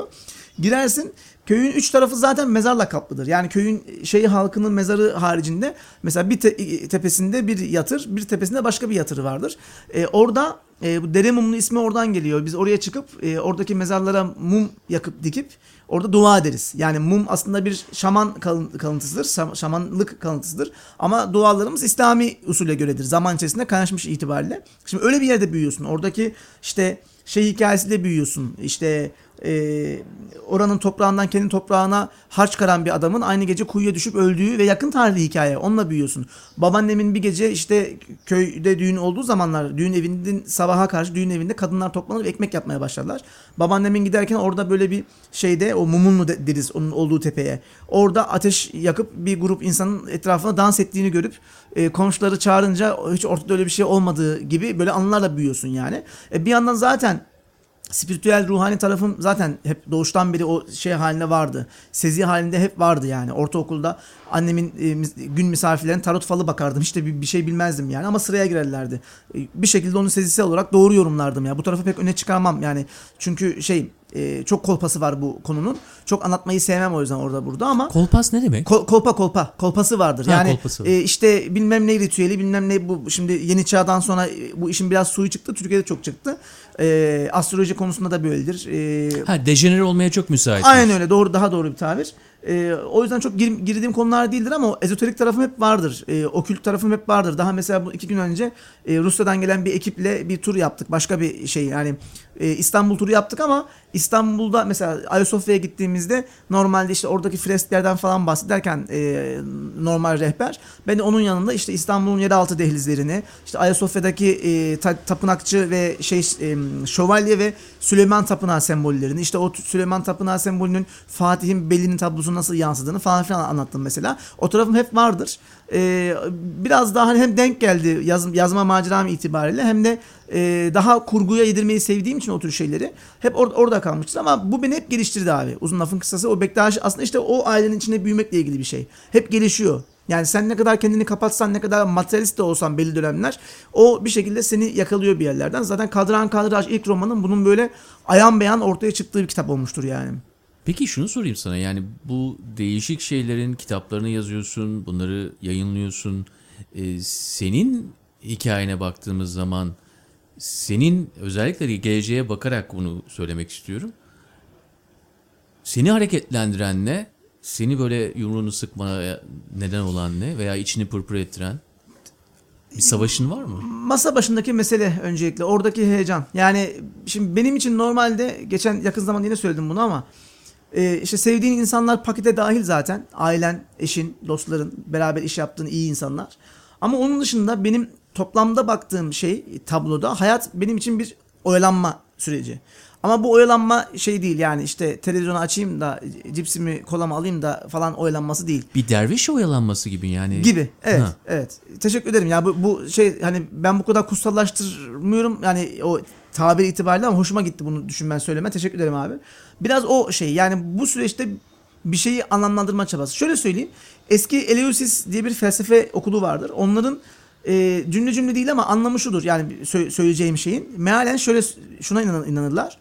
Girersin. Köyün üç tarafı zaten mezarla kaplıdır. Yani köyün şeyi halkının mezarı haricinde mesela bir te- tepesinde bir yatır, bir tepesinde başka bir yatır vardır. Ee, orada e, bu Dere Mumlu ismi oradan geliyor. Biz oraya çıkıp e, oradaki mezarlara mum yakıp dikip orada dua ederiz. Yani mum aslında bir şaman kalın- kalıntısıdır, şam- şamanlık kalıntısıdır. Ama dualarımız İslami usule göredir. Zaman içerisinde kaynaşmış itibariyle. Şimdi öyle bir yerde büyüyorsun. Oradaki işte şey hikayesiyle büyüyorsun. İşte e, oranın toprağından kendi toprağına harç karan bir adamın aynı gece kuyuya düşüp öldüğü ve yakın tarihli hikaye. Onunla büyüyorsun. Babaannemin bir gece işte köyde düğün olduğu zamanlar düğün evinin sabaha karşı düğün evinde kadınlar toplanıp ekmek yapmaya başladılar. Babaannemin giderken orada böyle bir şeyde o Mumunlu de- deriz onun olduğu tepeye. Orada ateş yakıp bir grup insanın etrafına dans ettiğini görüp e, komşuları çağırınca hiç ortada öyle bir şey olmadığı gibi böyle anılarla büyüyorsun yani. E, bir yandan zaten spiritüel ruhani tarafım zaten hep doğuştan beri o şey halinde vardı. Sezi halinde hep vardı yani. Ortaokulda annemin e, mis- gün misafirlerine tarot falı bakardım. Hiç de bir, bir şey bilmezdim yani ama sıraya girerlerdi. E, bir şekilde onu sezisel olarak doğru yorumlardım ya. Bu tarafı pek öne çıkarmam yani. Çünkü şey e, çok kolpası var bu konunun. Çok anlatmayı sevmem o yüzden orada burada ama Kolpas ne demek? Kol- kolpa kolpa kolpası vardır. Ha, Yani kolpası var. e, işte bilmem ne ritüeli bilmem ne bu şimdi yeni çağdan sonra e, bu işin biraz suyu çıktı. Türkiye'de çok çıktı. E, astroloji konusunda da böyledir. E, Ha, dejenere olmaya çok müsait. aynen öyle doğru daha doğru bir tabir. E, o yüzden çok gir- girdiğim konular değildir ama o ezoterik tarafım hep vardır. E, okült tarafım hep vardır. Daha mesela bu iki gün önce e, Rusya'dan gelen bir ekiple bir tur yaptık. Başka bir şey yani e, İstanbul turu yaptık ama İstanbul'da mesela Ayasofya'ya gittiğimizde normalde işte oradaki fresklerden falan bahsederken e, normal rehber ben de onun yanında işte İstanbul'un yeraltı dehlizlerini işte Ayasofya'daki e, ta- tapınakçı ve şey e, şövalye ve Süleyman Tapınağı sembollerini işte o t- Süleyman Tapınağı sembolünün Fatih'in belinin tablosu nasıl yansıdığını falan filan anlattım mesela. O tarafım hep vardır. Ee, biraz daha hani hem denk geldi yaz, yazma maceram itibariyle hem de e, daha kurguya yedirmeyi sevdiğim için o tür şeyleri hep or- orada kalmıştır ama bu beni hep geliştirdi abi. Uzun lafın kısası o Bektaş aslında işte o ailenin içinde büyümekle ilgili bir şey. Hep gelişiyor. Yani sen ne kadar kendini kapatsan ne kadar materyalist de olsan belli dönemler o bir şekilde seni yakalıyor bir yerlerden. Zaten Kadran Kadraj ilk romanın bunun böyle ayan beyan ortaya çıktığı bir kitap olmuştur yani. Peki şunu sorayım sana, yani bu değişik şeylerin kitaplarını yazıyorsun, bunları yayınlıyorsun. Ee, senin hikayene baktığımız zaman, senin özellikle geleceğe bakarak bunu söylemek istiyorum. Seni hareketlendiren ne? Seni böyle yumruğunu sıkmaya neden olan ne? Veya içini pırpır ettiren bir savaşın var mı? Masa başındaki mesele öncelikle oradaki heyecan. Yani şimdi benim için normalde geçen yakın zamanda yine söyledim bunu ama e, işte sevdiğin insanlar pakete dahil zaten. Ailen, eşin, dostların, beraber iş yaptığın iyi insanlar. Ama onun dışında benim toplamda baktığım şey tabloda hayat benim için bir oyalanma süreci. Ama bu oyalanma şey değil yani işte televizyonu açayım da cipsimi kolamı alayım da falan oyalanması değil. Bir derviş oyalanması gibi yani. Gibi. Evet. Ha. Evet. Teşekkür ederim. Ya bu, bu şey hani ben bu kadar kutsallaştırmıyorum yani o tabir itibariyle ama hoşuma gitti bunu düşünmen söyleme. Teşekkür ederim abi. Biraz o şey yani bu süreçte bir şeyi anlamlandırma çabası. Şöyle söyleyeyim. Eski Eleusis diye bir felsefe okulu vardır. Onların e, cümle cümle değil ama anlamı şudur. Yani sö- söyleyeceğim şeyin. Mealen şöyle şuna inan- inanırlar.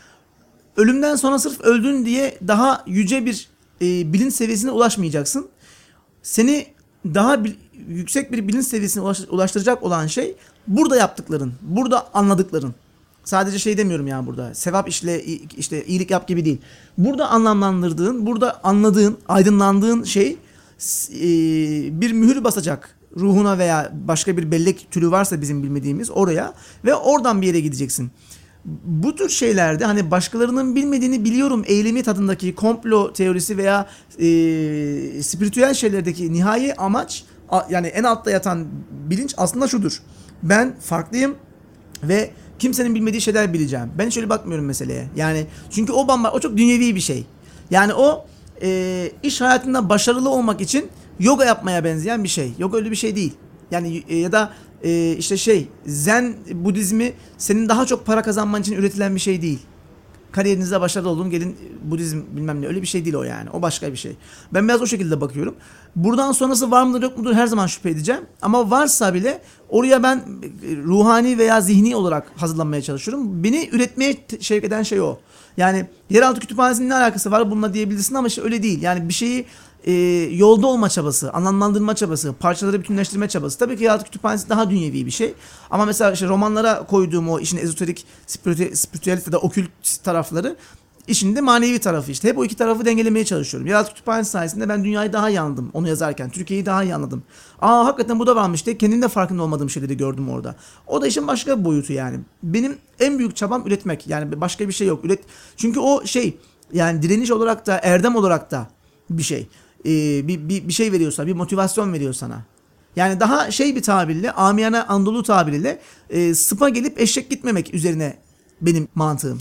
Ölümden sonra sırf öldün diye daha yüce bir e, bilinç seviyesine ulaşmayacaksın. Seni daha bil- yüksek bir bilinç seviyesine ulaş- ulaştıracak olan şey burada yaptıkların, burada anladıkların. Sadece şey demiyorum yani burada. Sevap işle işte iyilik yap gibi değil. Burada anlamlandırdığın, burada anladığın, aydınlandığın şey e, bir mühür basacak ruhuna veya başka bir bellek türü varsa bizim bilmediğimiz oraya ve oradan bir yere gideceksin. Bu tür şeylerde hani başkalarının bilmediğini biliyorum eylemi tadındaki komplo teorisi veya e, spiritüel şeylerdeki nihai amaç a, yani en altta yatan bilinç aslında şudur. Ben farklıyım ve kimsenin bilmediği şeyler bileceğim. Ben hiç öyle bakmıyorum meseleye. Yani çünkü o bamba o çok dünyevi bir şey. Yani o e, iş hayatında başarılı olmak için yoga yapmaya benzeyen bir şey. Yoga öyle bir şey değil. Yani e, ya da e, işte şey Zen Budizmi senin daha çok para kazanman için üretilen bir şey değil. Kariyerinizde başarılı olun gelin Budizm bilmem ne öyle bir şey değil o yani. O başka bir şey. Ben biraz o şekilde bakıyorum. Buradan sonrası var mıdır yok mudur her zaman şüphe edeceğim. Ama varsa bile oraya ben ruhani veya zihni olarak hazırlanmaya çalışıyorum. Beni üretmeye şevk eden şey o. Yani yeraltı kütüphanesinin ne alakası var bununla diyebilirsin ama işte öyle değil. Yani bir şeyi e, yolda olma çabası, anlamlandırma çabası, parçaları bütünleştirme çabası. Tabii ki yeraltı kütüphanesi daha dünyevi bir şey. Ama mesela işte romanlara koyduğum o işin ezoterik, spiritüel, spiritüelite de okült tarafları, işin de manevi tarafı işte. Hep o iki tarafı dengelemeye çalışıyorum. Yeraltı kütüphanesi sayesinde ben dünyayı daha iyi anladım onu yazarken. Türkiye'yi daha iyi anladım. Aa hakikaten bu da varmış diye kendim de farkında olmadığım şeyleri gördüm orada. O da işin başka bir boyutu yani. Benim en büyük çabam üretmek. Yani başka bir şey yok. Üret. Çünkü o şey yani direniş olarak da erdem olarak da bir şey. Ee, bir, bir, bir şey veriyor sana. Bir motivasyon veriyor sana. Yani daha şey bir tabirle, amiyane Anadolu tabiriyle e, sıpa gelip eşek gitmemek üzerine benim mantığım.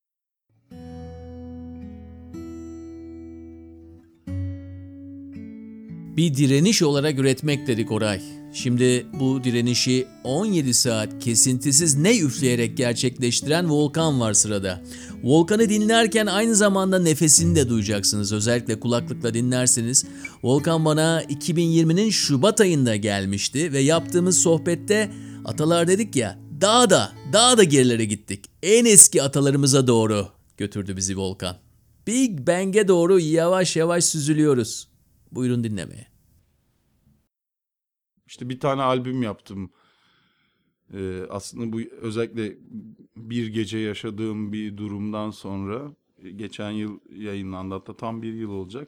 Bir direniş olarak üretmek dedik Oray. Şimdi bu direnişi on yedi saat kesintisiz ne üfleyerek gerçekleştiren Volkan var sırada. Volkan'ı dinlerken aynı zamanda nefesini de duyacaksınız. Özellikle kulaklıkla dinlerseniz. Volkan bana iki bin yirminin Şubat ayında gelmişti ve yaptığımız sohbette atalar dedik ya, daha da daha da gerilere gittik. En eski atalarımıza doğru götürdü bizi Volkan. Big Bang'e doğru yavaş yavaş süzülüyoruz. Buyurun dinlemeye. İşte bir tane albüm yaptım. Ee, aslında bu özellikle bir gece yaşadığım bir durumdan sonra geçen yıl yayınlandı. Hatta tam bir yıl olacak.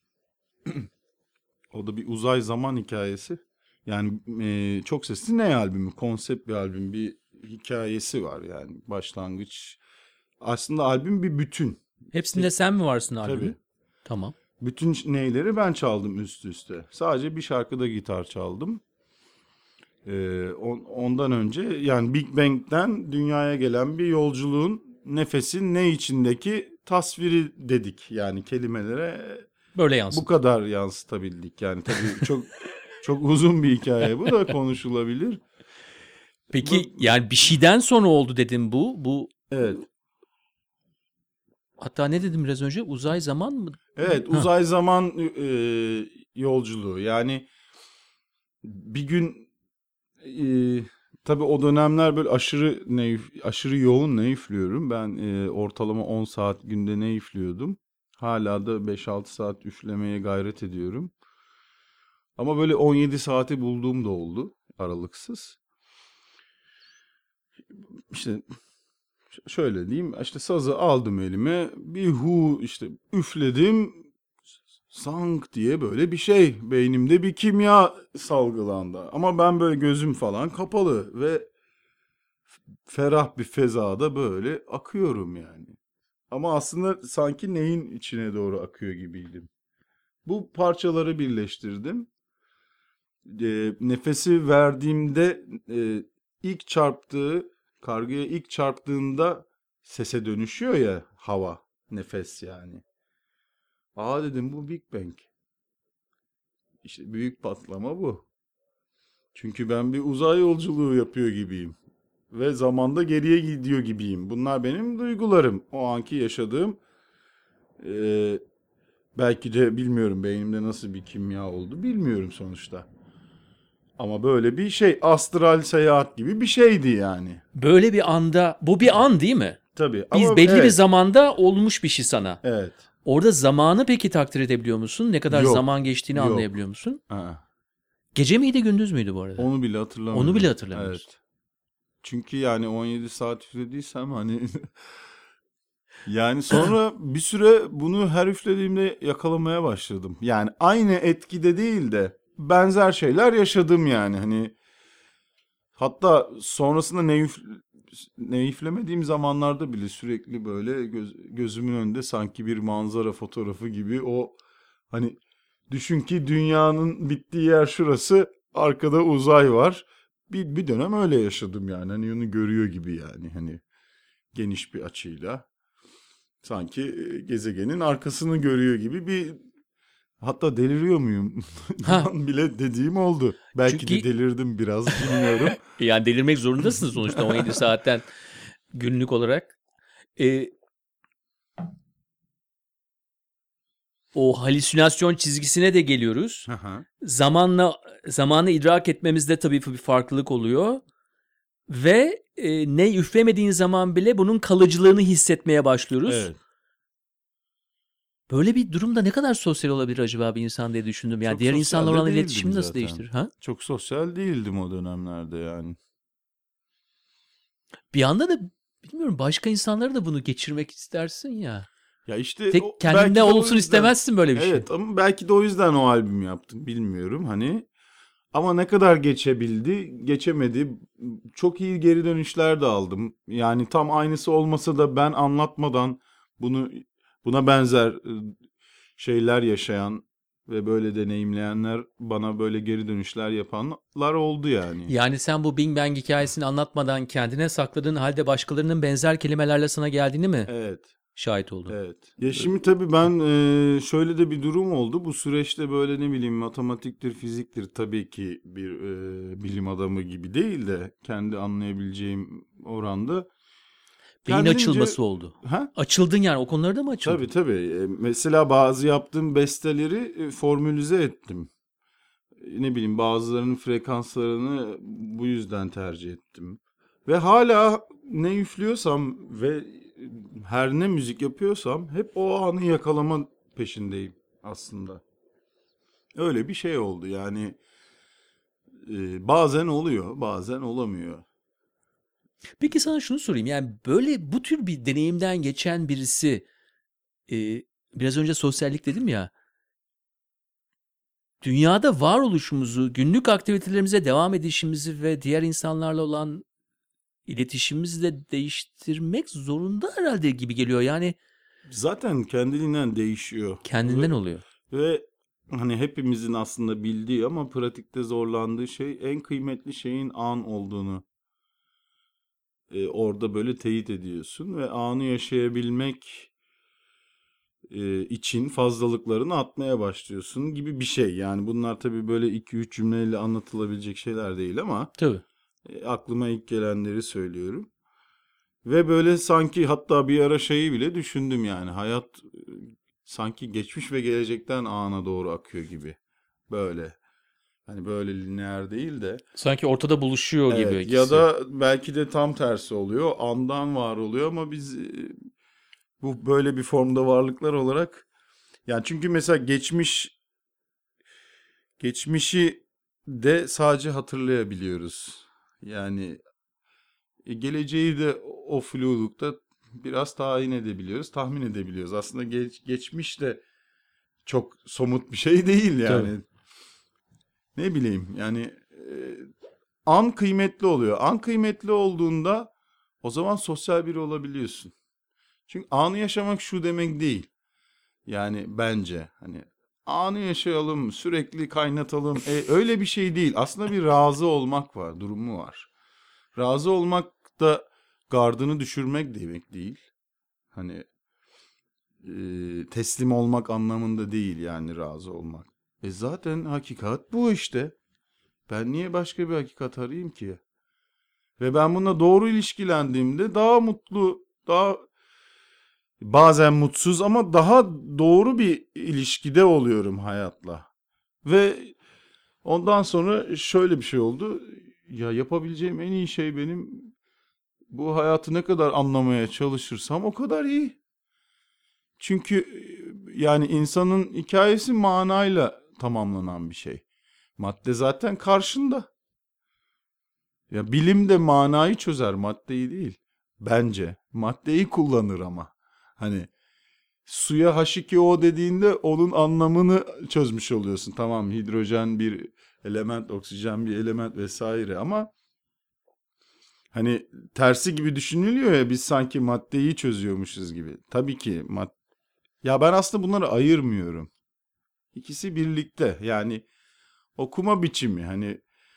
O da bir uzay zaman hikayesi. Yani e, çok sesli ne albümü? Konsept bir albüm, bir hikayesi var yani başlangıç. Aslında albüm bir bütün. Hepsinde sen mi varsın albümün? Tabii. Tamam. Bütün neyleri ben çaldım üst üste. Sadece bir şarkıda gitar çaldım. Ee, on, ondan önce yani Big Bang'den dünyaya gelen bir yolculuğun nefesin ne içindeki tasviri dedik. Yani kelimelere Böyle yansın. bu kadar yansıtabildik. Yani tabii çok çok uzun bir hikaye bu da konuşulabilir. Peki yani bir şeyden sonra oldu dedim bu. Bu Evet. hatta ne dedim biraz önce? Uzay zaman mı? Evet, Ha. uzay zaman e, yolculuğu. Yani bir gün e, tabii o dönemler böyle aşırı ne aşırı yoğun ne üflüyorum. Ben e, ortalama on saat günde ne üflüyordum. Hala da beş altı saat üflemeye gayret ediyorum. Ama böyle on yedi saati bulduğum da oldu aralıksız. İşte şöyle diyeyim, işte sazı aldım elime, bir hu işte üfledim, sank diye böyle bir şey beynimde bir kimya salgılandı. Ama ben böyle gözüm falan kapalı ve ferah bir fezada böyle akıyorum yani. Ama aslında sanki neyin içine doğru akıyor gibiydim. Bu parçaları birleştirdim. E, nefesi verdiğimde e, ilk çarptığı, kargıya ilk çarptığında sese dönüşüyor ya hava, nefes yani. Aa dedim bu Big Bang. İşte büyük patlama bu. Çünkü ben bir uzay yolculuğu yapıyor gibiyim. Ve zamanda geriye gidiyor gibiyim. Bunlar benim duygularım. O anki yaşadığım e, belki de bilmiyorum beynimde nasıl bir kimya oldu bilmiyorum sonuçta. Ama böyle bir şey astral seyahat gibi bir şeydi yani. Böyle bir anda, bu bir an değil mi? Tabii. Biz ama belli bir evet, zamanda olmuş bir şey sana. Evet. Orada zamanı peki takdir edebiliyor musun? Ne kadar Yok, zaman geçtiğini yok. anlayabiliyor musun? Ha, Gece miydi gündüz müydü bu arada? onu bile hatırlamıyorum. Onu bile hatırlamıyorsun. Evet. Çünkü yani on yedi saat üflediysem hani yani sonra bir süre bunu her üflediğimde yakalamaya başladım. Yani aynı etkide değil de benzer şeyler yaşadım yani hani hatta sonrasında ne, üf, ne üflemediğim zamanlarda bile sürekli böyle göz, gözümün önünde sanki bir manzara fotoğrafı gibi o hani düşün ki dünyanın bittiği yer şurası, arkada uzay var. Bir, bir dönem öyle yaşadım yani hani onu görüyor gibi yani hani geniş bir açıyla sanki gezegenin arkasını görüyor gibi bir hatta deliriyor muyum Ha. bile dediğim oldu. Belki Çünkü- de delirdim biraz bilmiyorum. Yani delirmek zorundasınız sonuçta on yedi saatten günlük olarak. Ee, o halüsinasyon çizgisine de geliyoruz. Aha. Zamanla zamanı idrak etmemizde tabii bir farklılık oluyor. Ve e, ne üflemediğin zaman bile bunun kalıcılığını hissetmeye başlıyoruz. Evet. Böyle bir durumda ne kadar sosyal olabilir acaba bir insan diye düşündüm. Yani Çok diğer sosyal insanlarla de olan değildim iletişimi nasıl zaten. değiştirir? Ha? Çok sosyal değildim o dönemlerde yani. Bir anda da bilmiyorum, başka insanlara da bunu geçirmek istersin ya. Ya işte Tek o- belki kendinde de o olsun yüzden- istemezsin böyle bir şey. Evet ama belki de o yüzden o albüm yaptım bilmiyorum hani. Ama ne kadar geçebildi, geçemedi. Çok iyi geri dönüşler de aldım. Yani tam aynısı olmasa da ben anlatmadan bunu buna benzer e, şeyler yaşayan ve böyle deneyimleyenler bana böyle geri dönüşler yapanlar oldu yani. Yani sen bu Bing Bang hikayesini anlatmadan kendine sakladığın halde başkalarının benzer kelimelerle sana geldiğini mi Evet. şahit oldun? Evet. Ya şimdi tabii ben e, şöyle de bir durum oldu. Bu süreçte böyle ne bileyim matematiktir, fiziktir tabii ki bir e, bilim adamı gibi değil de kendi anlayabileceğim oranda. Beyin Kendimce- açılması oldu. Ha? Açıldın yani, o konularda mı açıldın? Tabii tabii. E, mesela bazı yaptığım besteleri e, formülize ettim. E, Ne bileyim bazılarının frekanslarını bu yüzden tercih ettim. Ve hala ne üflüyorsam ve her ne müzik yapıyorsam hep o anı yakalama peşindeyim aslında. Öyle bir şey oldu yani. e, bazen oluyor, bazen olamıyor. Peki sana şunu sorayım. Yani böyle bu tür bir deneyimden geçen birisi, e, biraz önce sosyallik dedim ya. Dünyada varoluşumuzu, günlük aktivitelerimize devam edişimizi ve diğer insanlarla olan iletişimimizi de değiştirmek zorunda herhalde gibi geliyor. Yani Zaten kendiliğinden değişiyor. kendinden Ve- oluyor. Ve hani hepimizin aslında bildiği ama pratikte zorlandığı şey en kıymetli şeyin an olduğunu e, orada böyle teyit ediyorsun ve anı yaşayabilmek e, için fazlalıklarını atmaya başlıyorsun gibi bir şey. Yani bunlar tabii böyle iki üç cümleyle anlatılabilecek şeyler değil ama Tabii. e, aklıma ilk gelenleri söylüyorum. Ve böyle sanki hatta bir ara şeyi bile düşündüm yani hayat e, sanki geçmiş ve gelecekten ana doğru akıyor gibi. Böyle. Hani böyle lineer değil de. Sanki ortada buluşuyor gibi Evet, ikisi. ya da belki de tam tersi oluyor. Andan var oluyor ama biz e, bu böyle bir formda varlıklar olarak yani çünkü mesela geçmiş geçmişi de sadece hatırlayabiliyoruz. Yani e, geleceği de o flulukta biraz tayin edebiliyoruz, tahmin edebiliyoruz. Aslında geç, geçmiş de çok somut bir şey değil yani. Tabii. Ne bileyim yani e, an kıymetli oluyor. An kıymetli olduğunda o zaman sosyal biri olabiliyorsun. Çünkü anı yaşamak şu demek değil. Yani bence hani anı yaşayalım, sürekli kaynatalım. E, öyle bir şey değil. Aslında bir razı olmak var, durumu var. Razı olmak da gardını düşürmek demek değil. Hani e, teslim olmak anlamında değil yani razı olmak. E zaten hakikat bu işte. Ben niye başka bir hakikat arayayım ki? Ve ben bununla doğru ilişkilendiğimde daha mutlu, daha bazen mutsuz ama daha doğru bir ilişkide oluyorum hayatla. Ve ondan sonra şöyle bir şey oldu. Ya yapabileceğim en iyi şey benim bu hayatı ne kadar anlamaya çalışırsam o kadar iyi. Çünkü yani insanın hikayesi manayla tamamlanan bir şey. Madde zaten karşında. Ya bilim de manayı çözer, maddeyi değil. Bence. Maddeyi kullanır ama. Hani suya H iki O dediğinde onun anlamını çözmüş oluyorsun. Tamam, hidrojen bir element, oksijen bir element vesaire ama hani tersi gibi düşünülüyor ya, biz sanki maddeyi çözüyormuşuz gibi. Tabii ki mad ya ben aslında bunları ayırmıyorum. İkisi birlikte. Yani okuma biçimi hani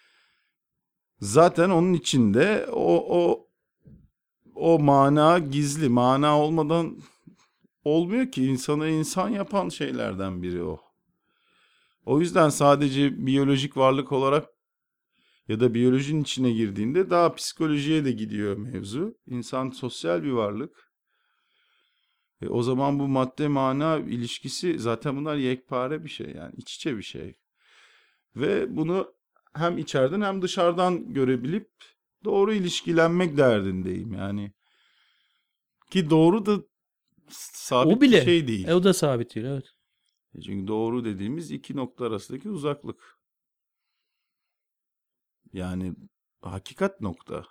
zaten onun içinde o o o mana gizli. Mana olmadan olmuyor ki, insana insan yapan şeylerden biri o. O yüzden sadece biyolojik varlık olarak ya da biyolojinin içine girdiğinde daha psikolojiye de gidiyor mevzu. İnsan sosyal bir varlık. E o zaman bu madde mana ilişkisi zaten bunlar yekpare bir şey yani iç içe bir şey. Ve bunu hem içeriden hem dışarıdan görebilip doğru ilişkilenmek derdindeyim yani. Ki doğru da sabit O bile. bir şey değil. E, o da sabit değil, evet. Çünkü doğru dediğimiz iki nokta arasındaki uzaklık. Yani hakikat nokta.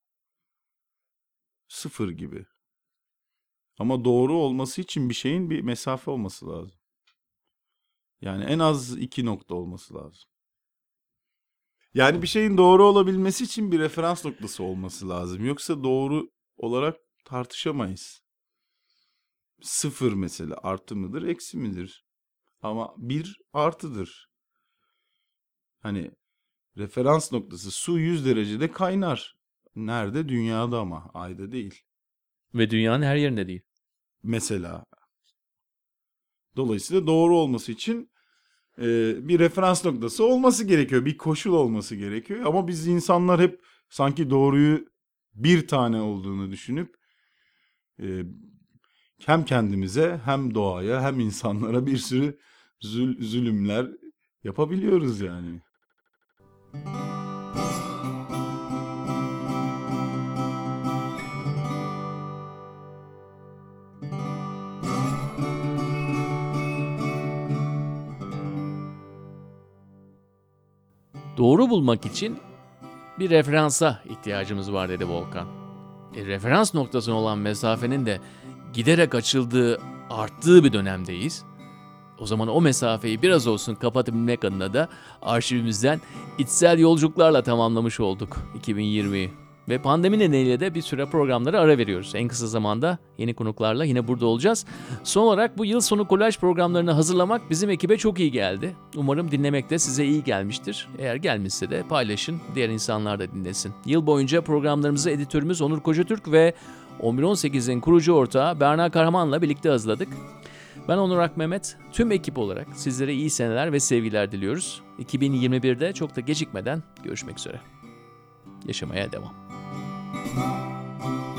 Sıfır gibi. Ama doğru olması için bir şeyin bir mesafe olması lazım. Yani en az iki nokta olması lazım. Yani bir şeyin doğru olabilmesi için bir referans noktası olması lazım. Yoksa doğru olarak tartışamayız. Sıfır mesela artı mıdır, eksi midir? Ama bir artıdır. Hani referans noktası su yüz derecede kaynar. Nerede? Dünyada ama ayda değil. Ve dünyanın her yerinde değil. Mesela. Dolayısıyla doğru olması için e, bir referans noktası olması gerekiyor. Bir koşul olması gerekiyor. Ama biz insanlar hep sanki doğruyu bir tane olduğunu düşünüp e, hem kendimize hem doğaya hem insanlara bir sürü zül- zulümler yapabiliyoruz yani. Doğru bulmak için bir referansa ihtiyacımız var dedi Volkan. E, referans noktasına olan mesafenin de giderek açıldığı, arttığı bir dönemdeyiz. O zaman o mesafeyi biraz olsun kapatabilmek adına da arşivimizden içsel yolculuklarla tamamlamış olduk iki bin yirmiyi. Ve pandemi nedeniyle de bir süre programlara ara veriyoruz. En kısa zamanda yeni konuklarla yine burada olacağız. Son olarak bu yıl sonu kolaj programlarını hazırlamak bizim ekibe çok iyi geldi. Umarım dinlemek de size iyi gelmiştir. Eğer gelmişse de paylaşın, diğer insanlar da dinlesin. Yıl boyunca programlarımızı editörümüz Onur Kocatürk ve on bir on sekizin kurucu ortağı Berna Kahraman'la birlikte hazırladık. Ben Onur Akmehmet, tüm ekip olarak sizlere iyi seneler ve sevgiler diliyoruz. iki bin yirmi birde çok da gecikmeden görüşmek üzere. Yaşamaya devam.